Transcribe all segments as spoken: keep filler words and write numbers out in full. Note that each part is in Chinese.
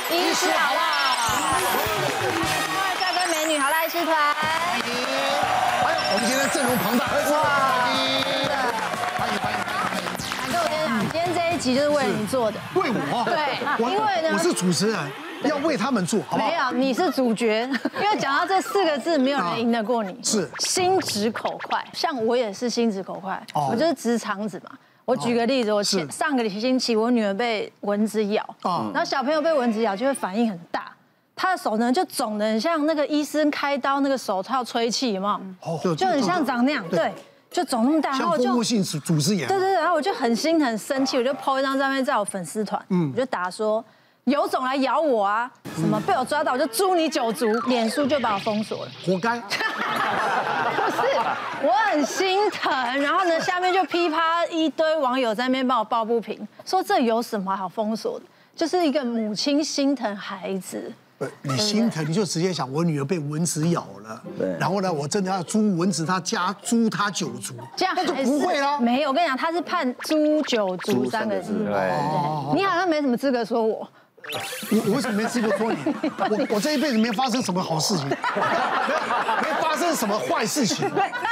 医师好辣，帅哥美女好辣医师团， 欢迎！哎呦，我们今天阵容庞大，哇！欢迎欢迎欢迎！ 海哥，我跟你讲，今天这一集就是为你做的。 为我？ 对，因为呢， 我是主持人，要为他们做，好不好？ 没有，你是主角，因为讲到这四个字，没有人赢得过你。 是心直口快，像我也是心直口快，我就是直肠子嘛。我举个例子，我前上个星期我女儿被蚊子咬，然后小朋友被蚊子咬就会反应很大，她的手呢就肿得很像那个医生开刀那个手套吹气，有没有？就很像长那样，对，就肿那么大，然后我就像蜂窝性组织炎。 对对对，然后我就很心很生气，我就 po 一张照片在我粉丝团，嗯，我就打说有种来咬我啊，什么被我抓到我就诛你九族，脸书就把我封锁了， 活该。 不是，我很心疼，然后呢，下面就噼啪一堆网友在那边帮我抱不平，说这有什么好封锁的？就是一个母亲心疼孩子。 你心疼，你就直接想我女儿被蚊子咬了，对，然后呢，我真的要诛蚊子她家，诛她九族， 这样那就不会啦。 没有，我跟你讲，他是判诛九族三个字。对，你好像没什么资格说我。 我我为什么没资格说你？我我这一辈子没发生什么好事情，没没发生什么坏事情。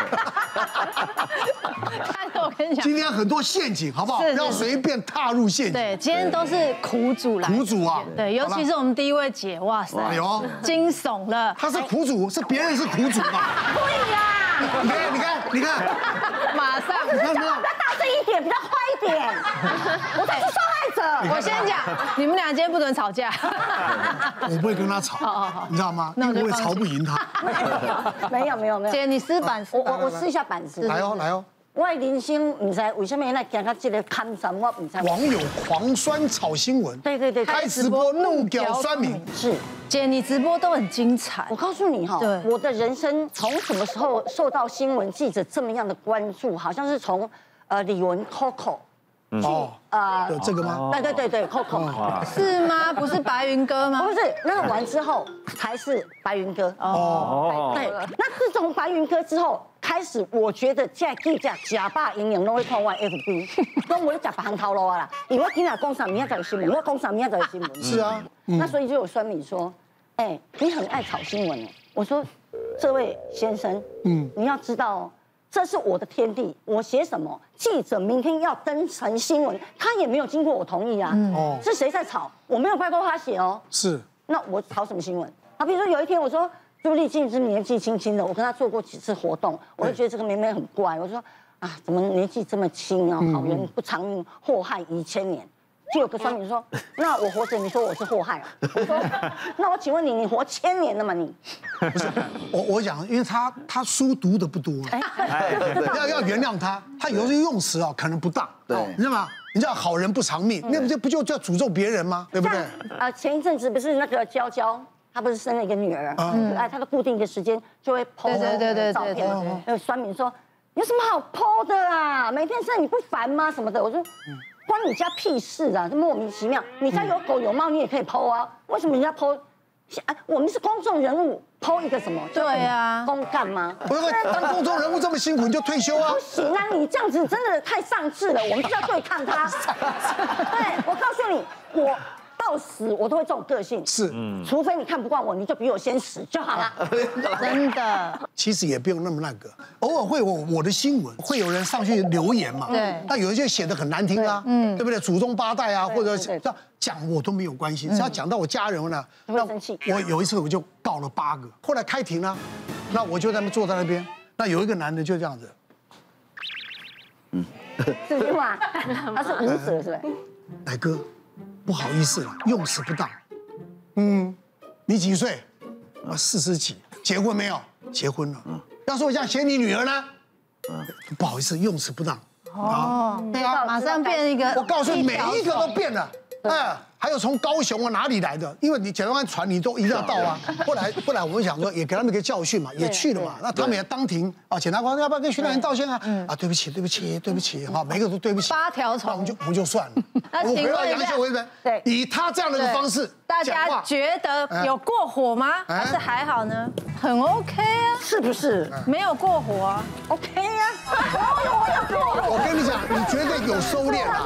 但是我跟你讲， 今天很多陷阱，好不好？不要随便踏入陷阱。 对，今天都是苦主来。 苦主啊！ 对，尤其是我们第一位姐，哇塞，哎呦，惊悚了。 他是苦主，是别人是苦主嘛？ 对呀。 你看，你看，你看， 马上。 我只是讲话比较大声一点，比较坏一点。我才是受害者。 我先讲，你们俩今天不准吵架。 我不会跟他吵，你知道吗？因为我也吵不赢他。 没有没有没有。 姐，你撕板， 我我我撕一下板子。 来哦来哦。 我的人生唔知为什么来行到这个坎上，我唔知。 网友狂酸炒新闻， 对对对， 开直播怒屌酸民。 是， 姐，你直播都很精彩。 我告诉你哈，我的人生从什么时候受到新闻记者这么样的关注？好像是从呃李玟 Coco。 哦，呃，有这个吗？ 对对对对 ，Coco 是吗？不是白云哥吗？ 不是，那个完之后才是白云哥。哦，对，那自从白云哥之后开始，我觉得这记者假霸营养都会看我 F B， 跟我就假把行头路啊啦。因为今日讲啥明仔载新闻，我讲啥明仔载新闻。 是啊， 那所以就有酸民说，哎，你很爱炒新闻。我说，这位先生，嗯，你要知道哦。这是我的天地，我写什么，记者明天要登成新闻，他也没有经过我同意啊。哦，是谁在炒？我没有拜托他写哦。 是， 那我炒什么新闻？啊，比如说有一天我说朱丽静是年纪轻轻的，我跟她做过几次活动，我就觉得这个妹妹很怪，我说啊，怎么年纪这么轻啊？好人不长命，祸害遗千年。就有个酸民说，那我活着，你说我是祸害啊？我说，那我请问你，你活千年了吗？你不是我，我讲，因为他他书读的不多，要要原谅他，他有时候用词啊可能不当，对，你知道吗？你知道好人不长命，那不就不就叫诅咒别人吗？对不对？ 呃，前一阵子不是那个娇娇，她不是生了一个女儿，嗯，哎，她的固定的时间就会 po 对对对照片嘛，有酸民说有什么好 po 的啊？每天生你不烦吗？什么的，我说。关你家屁事啊！这莫名其妙，你家有狗有猫，你也可以 po 啊，为什么人家 po？哎，我们是公众人物 ，po 一个什么？ 对啊， 公干吗？ 不是当公众人物这么辛苦，你就退休啊？ 不行啊，你这样子真的太上智了，我们就要对抗他。对，我告诉你，我。到死我都会这种个性， 是， 除非你看不惯我，你就比我先死就好了。 真的， 其实也不用那么那个，偶尔会有我的新闻，会有人上去留言嘛， 对， 那有一些写的很难听啊，嗯，对不对？祖宗八代啊，或者讲我都没有关系，只要讲到我家人呢， 那生气。 我有一次我就告了八个，后来开庭了，那我就在那坐在那边，那有一个男的就这样子， 嗯，这句话他是舞者是吧？ 乃哥。不好意思了，用词不当。嗯，你几岁？我四十几，结婚没有？结婚了。嗯，要说我想写你女儿呢？嗯，不好意思，用词不当。 哦，对啊，马上变一个。 我告诉你，每一个都变了。哎，还有从高雄啊哪里来的？因为你检察官传，你都一定要到啊。后来后来我们想说，也给他们一个教训嘛，也去了嘛。那他们也当庭啊，检察官要不要跟徐乃麟道歉啊？啊，对不起，对不起，对不起，哈，每个都对不起。 八条虫， 那我们就我们就算了。 那请问杨秀为对，以他这样的一个方式， 大家觉得有过火吗？还是还好呢？很 OK 啊， 是不是？ 没有过火啊 ，OK 啊。我有我有过火。 我跟你讲，你绝对有收敛啊。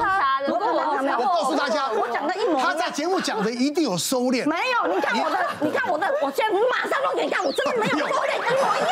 不过我没有， 我告诉大家， 我讲的一模一样。 他在节目讲的一定有收敛。 没有，你看我的，你看我的，我现在马上录给你看，我真的没有收敛，一模一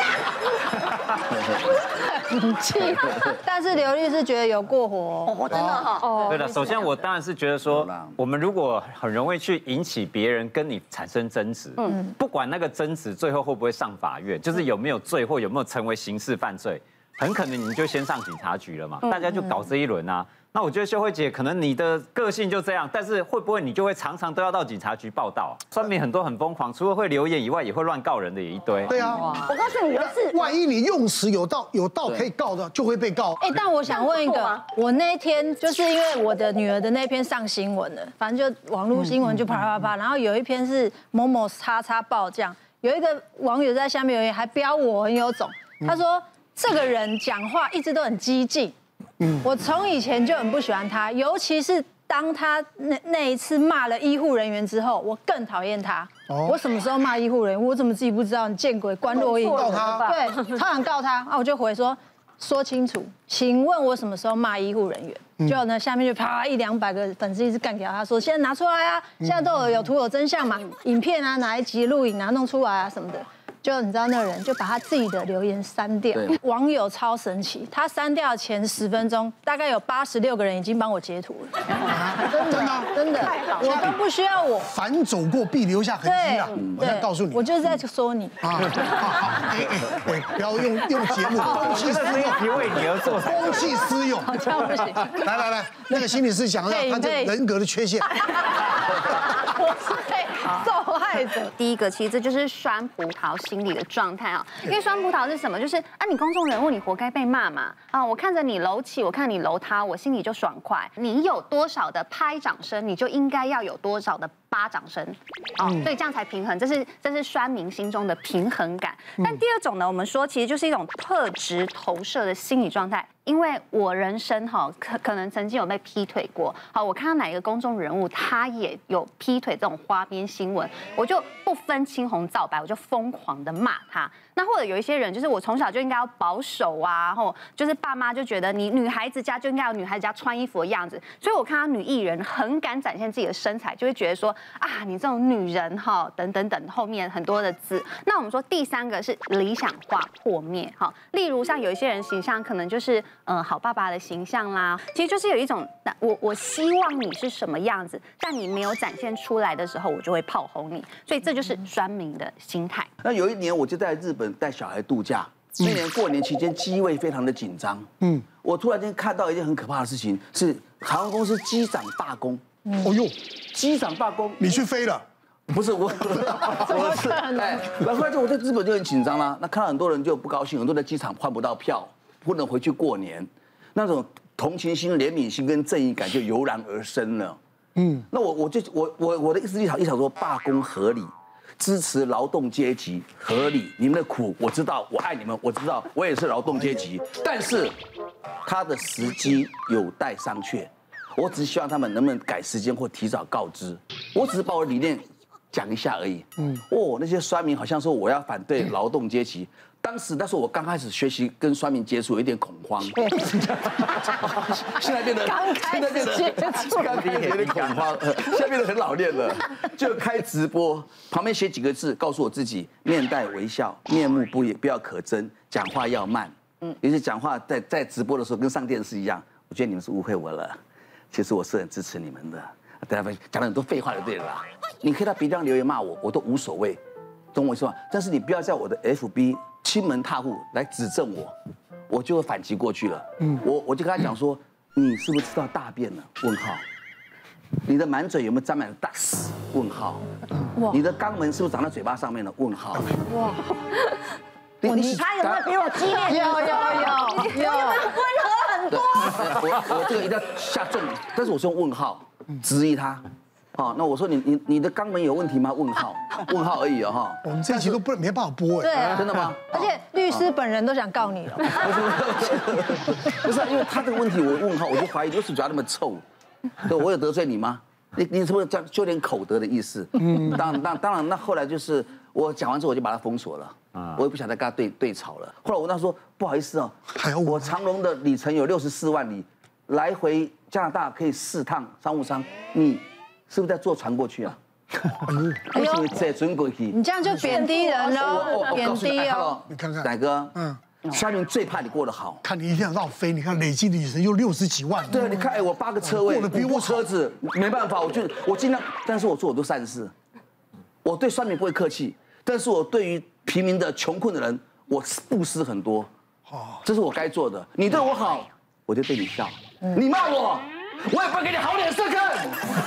样。 很气，但是刘律师觉得有过火哦， 我真的哈。哦。 对了，首先我当然是觉得说，我们如果很容易去引起别人跟你产生争执，嗯，不管那个争执最后会不会上法院，就是有没有罪或有没有成为刑事犯罪。很可能你就先上警察局了嘛，大家就搞这一轮啊。那我觉得秀慧姐可能你的个性就这样，但是会不会你就会常常都要到警察局报道啊？酸民很多很疯狂，除了会留言以外，也会乱告人的也一堆。 对啊， 我告诉你，有一次， 万一你用词有道有道可以告的，就会被告。 哎，但我想问一个，我那一天就是因为我的女儿的那篇上新闻了，反正就网络新闻就啪啪啪，然后有一篇是某某叉叉报这样，有一个网友在下面留言还标我很有种，他说。这个人讲话一直都很激进，嗯，我从以前就很不喜欢他，尤其是当他那那一次骂了医护人员之后，我更讨厌他。哦，我什么时候骂医护人员？我怎么自己不知道？你见鬼！关若英告他， 对，他想告他，啊，我就回说说清楚，请问我什么时候骂医护人员？结果呢，下面就啪一两百个粉丝一直干掉他，说现在拿出来啊，现在都有有图有真相嘛，影片啊，哪一集录影啊，弄出来啊什么的。就你知道那个人就把他自己的留言删掉，网友超神奇，他删掉前十分钟，大概有八十六个人已经帮我截图了，真的真的，我都不需要我。 凡走过必留下痕迹啊！我再告诉你， 我就是在说你啊， 好，哎哎，不要用用节目公器私用， 为你而做， 公器私用， 这样不行。 来来来，那个心理师讲一下他这人格的缺陷。 我是受害者。 第一个，其实这就是酸葡萄心理的状态啊。因为酸葡萄是什么？就是啊，你公众人物，你活该被骂嘛。啊，我看着你楼起，我看你楼塌，我心里就爽快。你有多少的拍掌声，你就应该要有多少的巴掌声。哦，所以这样才平衡。这是这是酸民心中的平衡感。但第二种呢，我们说其实就是一种特质投射的心理状态。因为我人生哈可可能曾经有被劈腿过，好，我看到哪一个公众人物他也有劈腿这种花边新闻，我就不分青红皂白，我就疯狂的骂他。那或者有一些人，就是我从小就应该要保守啊，或就是爸妈就觉得你女孩子家就应该有女孩子家穿衣服的样子，所以我看到女艺人很敢展现自己的身材，就会觉得说啊，你这种女人哈，等等等后面很多的字。那我们说第三个是理想化破灭，哈，例如像有一些人形象可能就是。嗯，好爸爸的形象啦，其实就是有一种，我我希望你是什么样子，但你没有展现出来的时候，我就会炮轰你，所以这就是酸民的心态。 那有一年我就在日本带小孩度假，今年过年期间机位非常的紧张，嗯，我突然间看到一件很可怕的事情，是航空公司机长罢工。哦呦，机长罢工， 你去飞了？ 不是我，我是哎，然后就我在日本就很紧张啦，那看到很多人就不高兴，很多在机场换不到票。不能回去过年，那种同情心、怜悯心跟正义感就油然而生了。嗯，那我我就我我我的意思一想一想说，罢工合理，支持劳动阶级合理，你们的苦我知道，我爱你们，我知道，我也是劳动阶级，但是他的时机有待商榷。我只是希望他们能不能改时间或提早告知，我只是把我的理念讲一下而已。嗯，哦，那些酸民好像说我要反对劳动阶级。当时那时候我刚开始学习跟酸民接触，有点恐慌。现在变得刚开始接触， 刚开始有点恐慌，现在变得很老练了。就开直播，旁边写几个字，告诉我自己面带微笑，面目不不要可憎，讲话要慢。嗯，尤其讲话在在直播的时候跟上电视一样，我觉得你们是误会我了。其实我是很支持你们的。大家讲了很多废话就对了啦。你可以到别地方留言骂我，我都无所谓，懂我意思吗？但是你不要在我的 F B。亲门踏户来指正我，我就会反击过去了。嗯，我我就跟他讲说，你是不是知道大便了？问号。你的满嘴有没有沾满大屎？问号。哇。你的肛门是不是长在嘴巴上面了？问号。哇。 你他有没有比我激烈？ 有有有有， 温和很多。 我我这个一定要下重，但是我是用问号质疑他。哦，那我说你你你的肛门有问题吗？问号，问号而已哦哈。 我们这一期都不没办法播哎。 对啊， 真的吗？ 而且律师本人都想告你了。不是不是，因为他这个问题我问号，我就怀疑为什么嘴巴那么臭？对，我有得罪你吗？你你是不是这样就有点口德的意思？嗯，当当当然，那后来就是我讲完之后我就把他封锁了。啊，我也不想再跟他对对吵了。后来我那说不好意思哦，我长荣的里程有六十四万里，来回加拿大可以四趟商务舱，你是不是在坐船过去啊？为什么坐船过去？ 你这样就贬低人喽，贬低哦。 你看看， 乃哥，嗯，酸民最怕你过得好， 看你一定要绕飞，你看累积的里程又六十几万。 对，你看，哎，我八个车位， 过得比我车子，没办法，我就我尽量，但是我做我都善事，我对酸民不会客气，但是我对于平民的穷困的人，我布施很多，哦，这是我该做的。你对我好，我就对你笑；你骂我，我也不会给你好脸色看。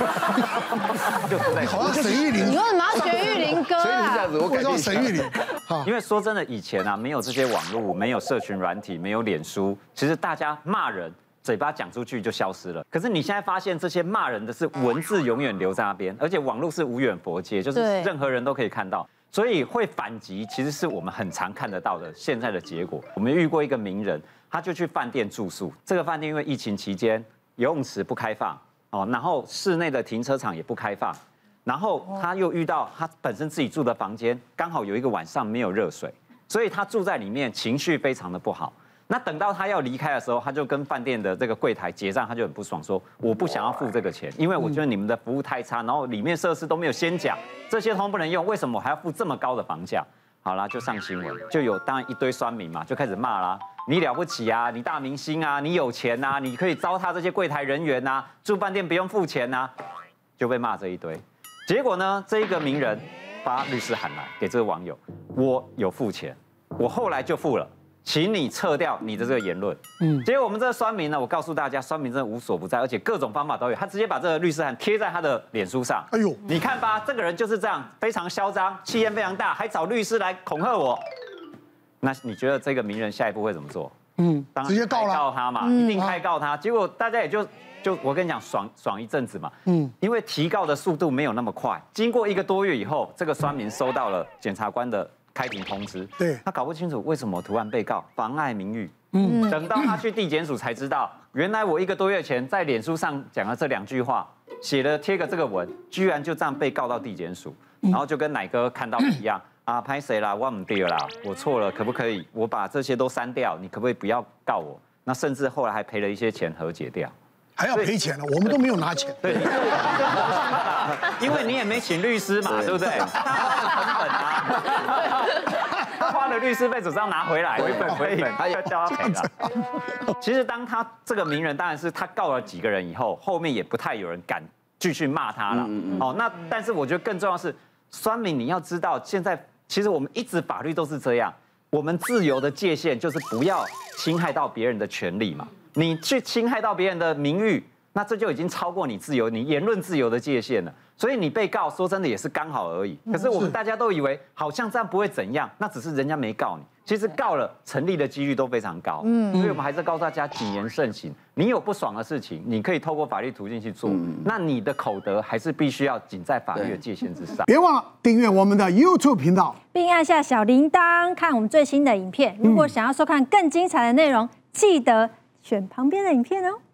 你好像沈玉琳， 你为什么要学玉琳哥啊？ 所以是这样子，我我叫沈玉琳。 因为说真的，以前啊，没有这些网络，没有社群软体，没有脸书，其实大家骂人，嘴巴讲出去就消失了。可是你现在发现，这些骂人的是文字永远留在那边，而且网络是无远弗届，就是任何人都可以看到。所以会反击，其实是我们很常看得到的现在的结果。我们遇过一个名人，他就去饭店住宿，这个饭店因为疫情期间游泳池不开放哦，然后室内的停车场也不开放，然后他又遇到他本身自己住的房间刚好有一个晚上没有热水，所以他住在里面情绪非常的不好。那等到他要离开的时候，他就跟饭店的这个柜台结账，他就很不爽，说我不想要付这个钱，因为我觉得你们的服务太差，然后里面设施都没有先讲，这些通通不能用，为什么我还要付这么高的房价？好啦，就上新闻，就有当然一堆酸民嘛，就开始骂啦，你了不起啊，你大明星啊，你有钱啊，你可以糟蹋这些柜台人员啊，住饭店不用付钱啊，就被骂这一堆。结果呢，这一个名人把律师喊来给这个网友，我有付钱，我后来就付了。请你撤掉你的这个言论。嗯，结果我们这个酸民呢，我告诉大家，酸民真的无所不在，而且各种方法都有。他直接把这个律师函贴在他的脸书上。哎呦，你看吧，这个人就是这样，非常嚣张，气焰非常大，还找律师来恐吓我。那你觉得这个名人下一步会怎么做？嗯，当然直接告了，告他嘛，一定开告他。结果大家也就就我跟你讲，爽爽一阵子嘛。嗯，因为提告的速度没有那么快，经过一个多月以后，这个酸民收到了检察官的开庭通知，对，他搞不清楚为什么突然被告妨碍名誉。嗯，等到他去地检署才知道，原来我一个多月前在脸书上讲了这两句话，写了贴个这个文，居然就这样被告到地检署，然后就跟乃哥看到一样啊，拍谁啦，我唔对啦，我错了，可不可以我把这些都删掉？你可不可以不要告我？那甚至后来还赔了一些钱和解掉。 还要赔钱了，我们都没有拿钱。 对，因为你也没请律师嘛，对不对？他成本啊，他花了律师费，总是要拿回来，回本回本，他要叫他赔了。其实当他这个名人，当然是他告了几个人以后，后面也不太有人敢继续骂他了。哦，那但是我觉得更重要是，酸民你要知道，现在其实我们一直法律都是这样，我们自由的界限就是不要侵害到别人的权利嘛。你去侵害到别人的名誉，那这就已经超过你自由、你言论自由的界限了。所以你被告，说真的也是刚好而已。可是我们大家都以为好像这样不会怎样，那只是人家没告你。其实告了，成立的几率都非常高。嗯，所以我们还是告诉大家谨言慎行。你有不爽的事情，你可以透过法律途径去做。那你的口德还是必须要仅在法律的界限之上。 别忘了订阅我们的 YouTube 频道， 并按下小铃铛看我们最新的影片。如果想要收看更精彩的内容，记得选旁边的影片哦。